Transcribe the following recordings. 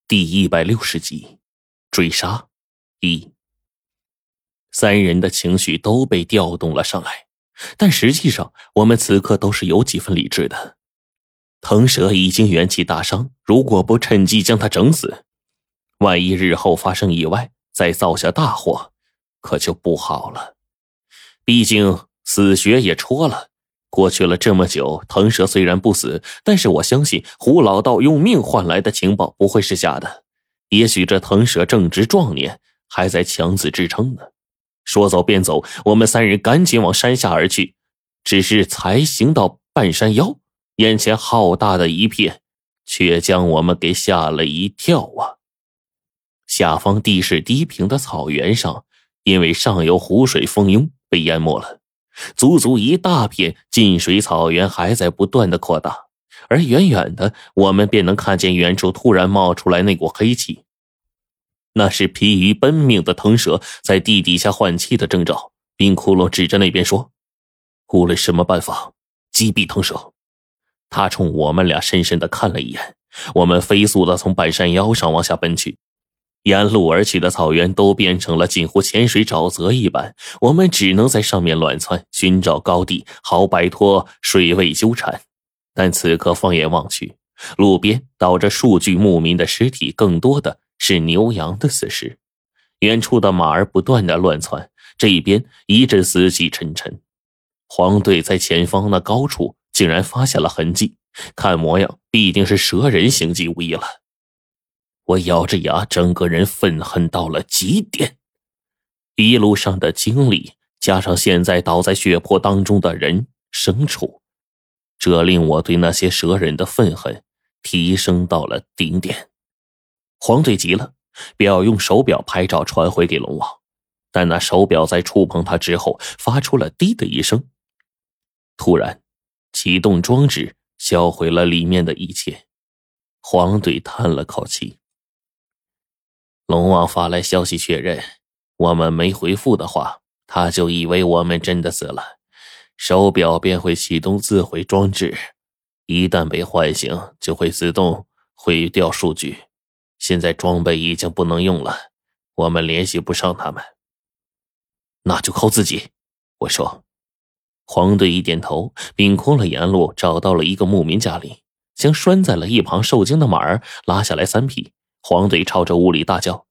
第160集，追杀1。三人的情绪都被调动了上来，但实际上我们此刻都是有几分理智的。腾蛇已经元气大伤，如果不趁机将他整死，万一日后发生意外，再造下大祸，可就不好了。毕竟死穴也戳了，过去了这么久，腾蛇虽然不死，但是我相信胡老道用命换来的情报不会是假的。也许这腾蛇正值壮年，还在强自支撑呢。说走便走，我们三人赶紧往山下而去。只是才行到半山腰，眼前浩大的一片，却将我们给吓了一跳啊！下方地势低平的草原上，因为上游湖水蜂拥被淹没了，足足一大片近水草原还在不断的扩大，而远远的我们便能看见远处突然冒出来那股黑气，那是疲于奔命的腾蛇在地底下换气的征兆。冰窟窿指着那边说，无论什么办法击毙腾蛇。他冲我们俩深深地看了一眼，我们飞速地从半山腰上往下奔去。沿路而去的草原都变成了近乎潜水沼泽一般，我们只能在上面乱窜，寻找高地，好摆脱水位纠缠。但此刻放眼望去，路边倒着数具牧民的尸体，更多的是牛羊的死尸。远处的马儿不断的乱窜，这一边一阵死气沉沉。黄队在前方那高处竟然发现了痕迹，看模样必定是蛇人行迹无疑了。我咬着牙，整个人愤恨到了极点。一路上的经历，加上现在倒在血泊当中的人牲畜，这令我对那些蛇人的愤恨提升到了顶点。黄队急了，便要用手表拍照传回给龙王，但那手表在触碰它之后发出了滴的一声，突然启动装置，销毁了里面的一切。黄队叹了口气，龙王发来消息确认，我们没回复的话，他就以为我们真的死了，手表便会启动自毁装置，一旦被唤醒就会自动毁掉数据。现在装备已经不能用了，我们联系不上他们。那就靠自己，我说。黄队一点头，并空了沿路找到了一个牧民家里，将拴在了一旁受惊的马儿拉下来3匹。黄队朝着屋里大叫，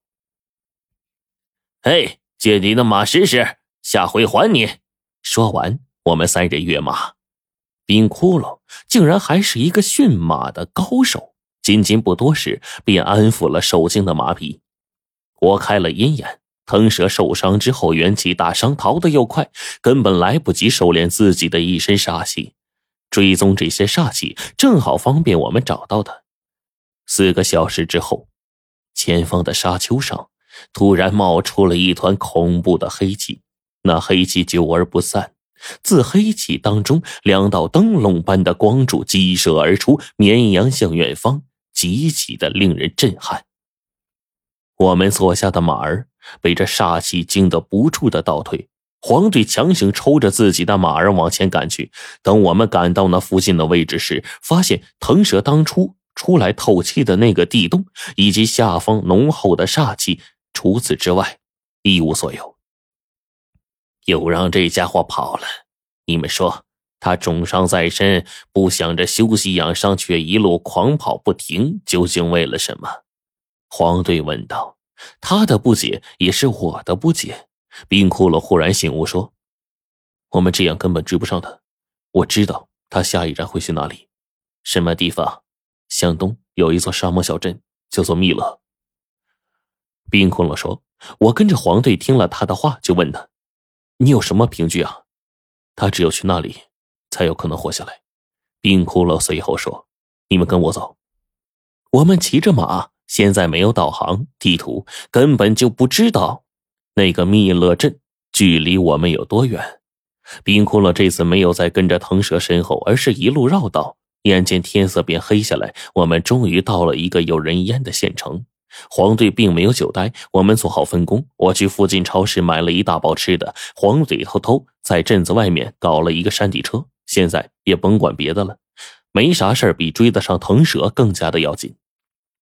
嘿，借你的马试试，下回还你。说完，我们三人跃马。冰窟窿竟然还是一个驯马的高手，仅仅不多时便安抚了受惊的马匹。我开了阴眼，腾蛇受伤之后元气大伤，逃得又快，根本来不及收敛自己的一身煞气。追踪这些煞气正好方便我们找到的。4个小时之后，前方的沙丘上突然冒出了一团恐怖的黑气，那黑气久而不散，自黑气当中2道灯笼般的光柱激射而出，绵延向远方，极其的令人震撼。我们坐下的马儿被这煞气惊得不住的倒退，黄队强行抽着自己的马儿往前赶去。等我们赶到那附近的位置时，发现腾蛇当初出来透气的那个地洞以及下方浓厚的煞气，除此之外一无所有。又让这家伙跑了，你们说他重伤在身，不想着休息养伤，却一路狂跑不停，究竟为了什么？黄队问道。他的不解也是我的不解。冰窟窿忽然醒悟说，我们这样根本追不上他，我知道他下一站会去哪里。什么地方？向东有一座沙漠小镇，叫做密勒。冰窟窿说。我跟着黄队听了他的话，就问他，你有什么凭据啊？他只有去那里才有可能活下来。冰窟窿随后说，你们跟我走。我们骑着马，现在没有导航地图，根本就不知道那个密勒镇距离我们有多远。冰窟窿这次没有再跟着腾蛇身后，而是一路绕道，眼见天色便黑下来，我们终于到了一个有人烟的县城。黄队并没有久待，我们做好分工，我去附近超市买了一大包吃的，黄队偷偷在镇子外面搞了一个山地车，现在也甭管别的了，没啥事儿比追得上腾蛇更加的要紧。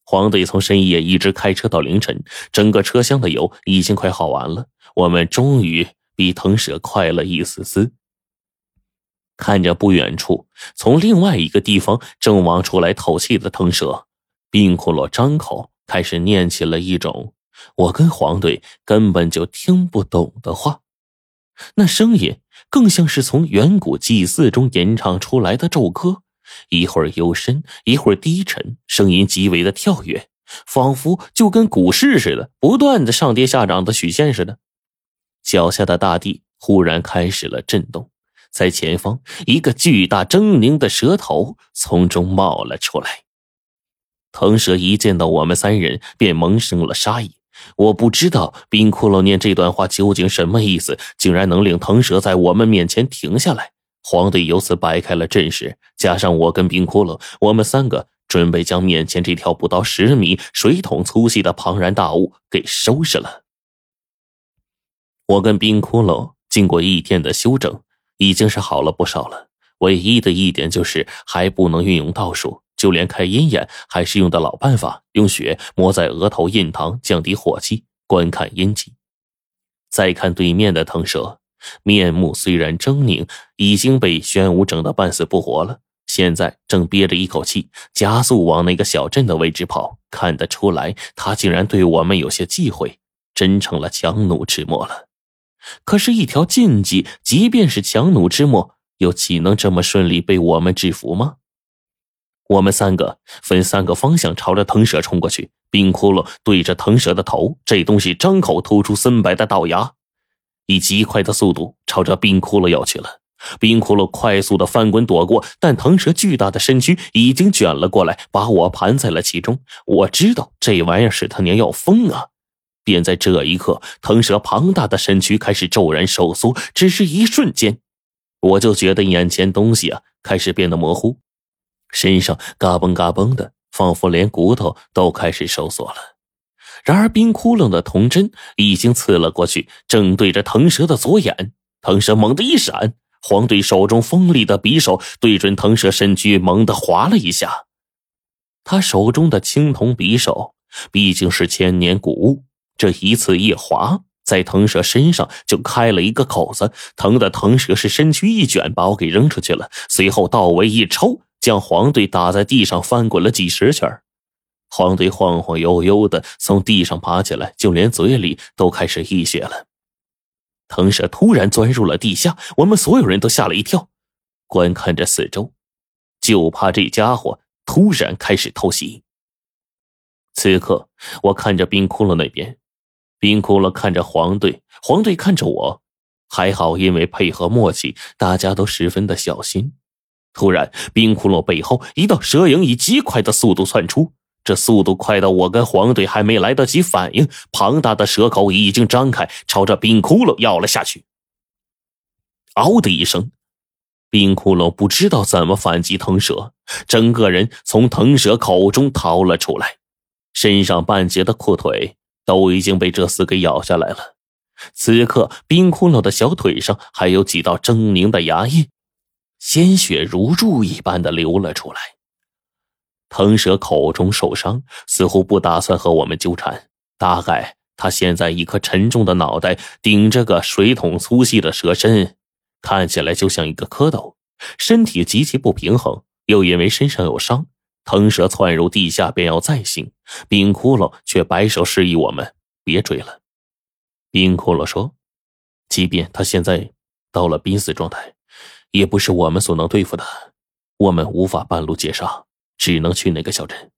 黄队从深夜一直开车到凌晨，整个车厢的油已经快耗完了，我们终于比腾蛇快了一丝丝。看着不远处从另外一个地方正往出来透气的腾蛇，冰骷髅张口开始念起了一种我跟黄队根本就听不懂的话，那声音更像是从远古祭祀中吟唱出来的咒歌，一会儿幽深，一会儿低沉，声音极为的跳跃，仿佛就跟股市似的，不断的上跌下涨的曲线似的。脚下的大地忽然开始了震动，在前方一个巨大狰狞的蛇头从中冒了出来。腾蛇一见到我们三人便萌生了杀意，我不知道冰骷髅念这段话究竟什么意思，竟然能令腾蛇在我们面前停下来。黄队由此摆开了阵势，加上我跟冰骷髅，我们三个准备将面前这条不到10米水桶粗细的庞然大物给收拾了。我跟冰骷髅经过1天的修整，已经是好了不少了，唯一的一点就是还不能运用道术，就连开阴眼还是用的老办法，用血抹在额头印堂，降低火气，观看阴气。再看对面的腾蛇，面目虽然狰狞，已经被玄武整得半死不活了，现在正憋着一口气，加速往那个小镇的位置跑。看得出来，他竟然对我们有些忌讳，真成了强弩之末了。可是一条禁忌，即便是强弩之末，又岂能这么顺利被我们制服吗？我们三个分3个方向朝着腾蛇冲过去，冰骷髅对着腾蛇的头，这东西张口吐出森白的道牙，以极快的速度朝着冰骷髅要去了。冰骷髅快速的翻滚躲过，但腾蛇巨大的身躯已经卷了过来，把我盘在了其中。我知道这玩意儿是他娘要疯啊！便在这一刻，腾蛇庞大的身躯开始骤然收缩，只是一瞬间，我就觉得眼前东西开始变得模糊，身上嘎嘣嘎嘣的，仿佛连骨头都开始收缩了。然而冰窟窿的铜针已经刺了过去，正对着腾蛇的左眼。腾蛇猛地一闪，黄队手中锋利的匕首对准腾蛇身躯猛地划了一下。他手中的青铜匕首毕竟是千年古物，这一次一划，在腾蛇身上就开了一个口子，疼得腾蛇是身躯一卷，把我给扔出去了。随后倒尾一抽，将黄队打在地上翻滚了几10圈。黄队晃晃悠悠的从地上爬起来，就连嘴里都开始溢血了。腾蛇突然钻入了地下，我们所有人都吓了一跳，观看着四周，就怕这家伙突然开始偷袭。此刻我看着冰窟窿那边，冰窟窿看着黄队，黄队看着我，还好因为配合默契，大家都十分的小心。突然冰窟窿背后一道蛇影以极快的速度窜出，这速度快到我跟黄队还没来得及反应，庞大的蛇口已经张开，朝着冰窟窿咬了下去。嗷的一声，冰窟窿不知道怎么反击腾蛇，整个人从腾蛇口中逃了出来，身上半截的裤腿都已经被这厮给咬下来了。此刻冰窟窿的小腿上还有几道狰狞的牙印，鲜血如注一般的流了出来。腾蛇口中受伤，似乎不打算和我们纠缠，大概他现在一颗沉重的脑袋顶着个水桶粗细的蛇身，看起来就像一个蝌蚪，身体极其不平衡，又因为身上有伤，腾蛇窜入地下便要再行，冰窟窿却摆手示意我们别追了。冰窟窿说，即便他现在到了濒死状态，也不是我们所能对付的，我们无法半路截杀，只能去那个小镇。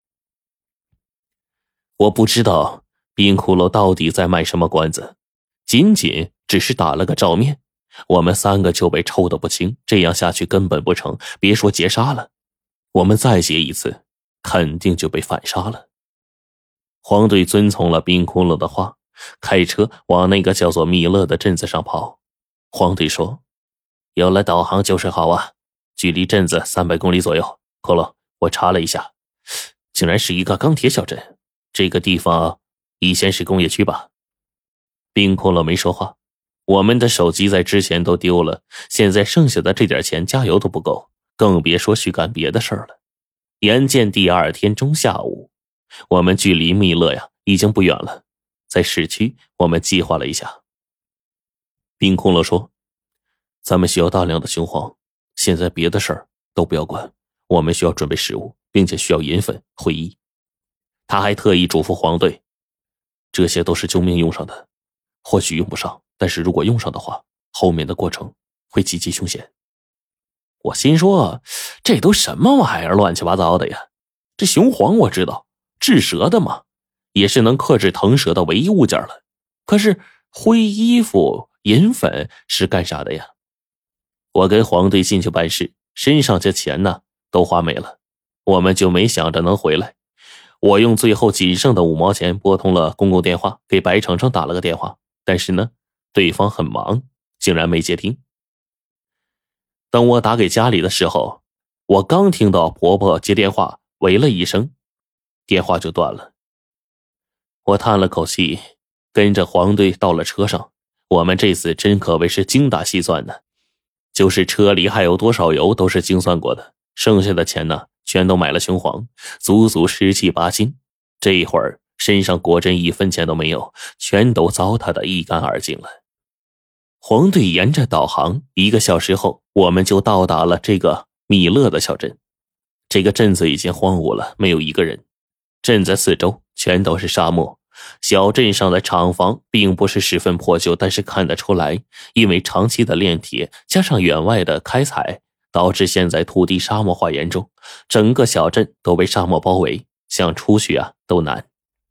我不知道冰窟窿到底在卖什么关子，仅仅只是打了个照面，我们3个就被抽得不轻，这样下去根本不成，别说截杀了，我们再结一次，肯定就被反杀了。黄队遵从了冰窟窿的话，开车往那个叫做密勒的镇子上跑。黄队说，有了导航就是好啊，距离镇子300公里左右。骷髅，我查了一下，竟然是一个钢铁小镇，这个地方以前是工业区吧？冰骷髅没说话，我们的手机在之前都丢了，现在剩下的这点钱加油都不够，更别说去干别的事儿了。眼见第2天中下午， 我们距离密勒呀已经不远了。在市区，我们计划了一下。冰空了说，咱们需要大量的雄黄，现在别的事儿都不要管，我们需要准备食物，并且需要银粉、灰衣。他还特意嘱咐黄队，这些都是救命用上的，或许用不上，但是如果用上的话，后面的过程会极其凶险。我心说，这都什么玩意儿，乱七八糟的呀。这雄黄我知道，治蛇的嘛，也是能克制腾蛇的唯一物件了。可是灰衣服、银粉是干啥的呀？我跟黄队进去办事，身上这钱呢都花没了，我们就没想着能回来。我用最后仅剩的5毛钱拨通了公共电话，给白程程打了个电话，但是呢，对方很忙，竟然没接听。等我打给家里的时候，我刚听到婆婆接电话，喂了一声，电话就断了。我叹了口气，跟着黄队到了车上。我们这次真可谓是精打细算呢，就是车里还有多少油都是精算过的，剩下的钱呢全都买了雄黄，足足17、8斤。这一会儿身上果真1分钱都没有，全都糟蹋得一干二净了。黄队沿着导航，1个小时后我们就到达了这个米勒的小镇。这个镇子已经荒芜了，没有一个人，镇子四周全都是沙漠。小镇上的厂房并不是十分破旧，但是看得出来，因为长期的炼铁加上远外的开采，导致现在土地沙漠化严重，整个小镇都被沙漠包围，想出去都难。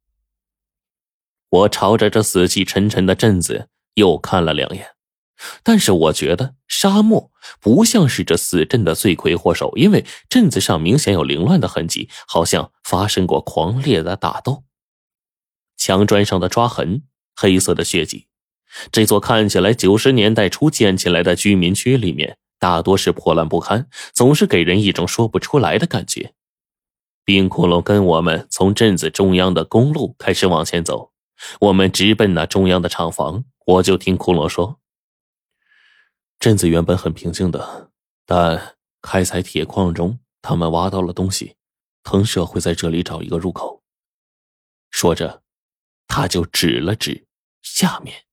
我朝着这死气沉沉的镇子又看了2眼，但是我觉得沙漠不像是这死镇的罪魁祸首，因为镇子上明显有凌乱的痕迹，好像发生过狂烈的打斗。墙砖上的抓痕，黑色的血迹。这座看起来90年代初建起来的居民区里面，大多是破烂不堪，总是给人一种说不出来的感觉。冰窟窿跟我们从镇子中央的公路开始往前走，我们直奔那中央的厂房。我就听窟窿说，镇子原本很平静的，但开采铁矿中他们挖到了东西，腾蛇会在这里找一个入口。说着他就指了指下面。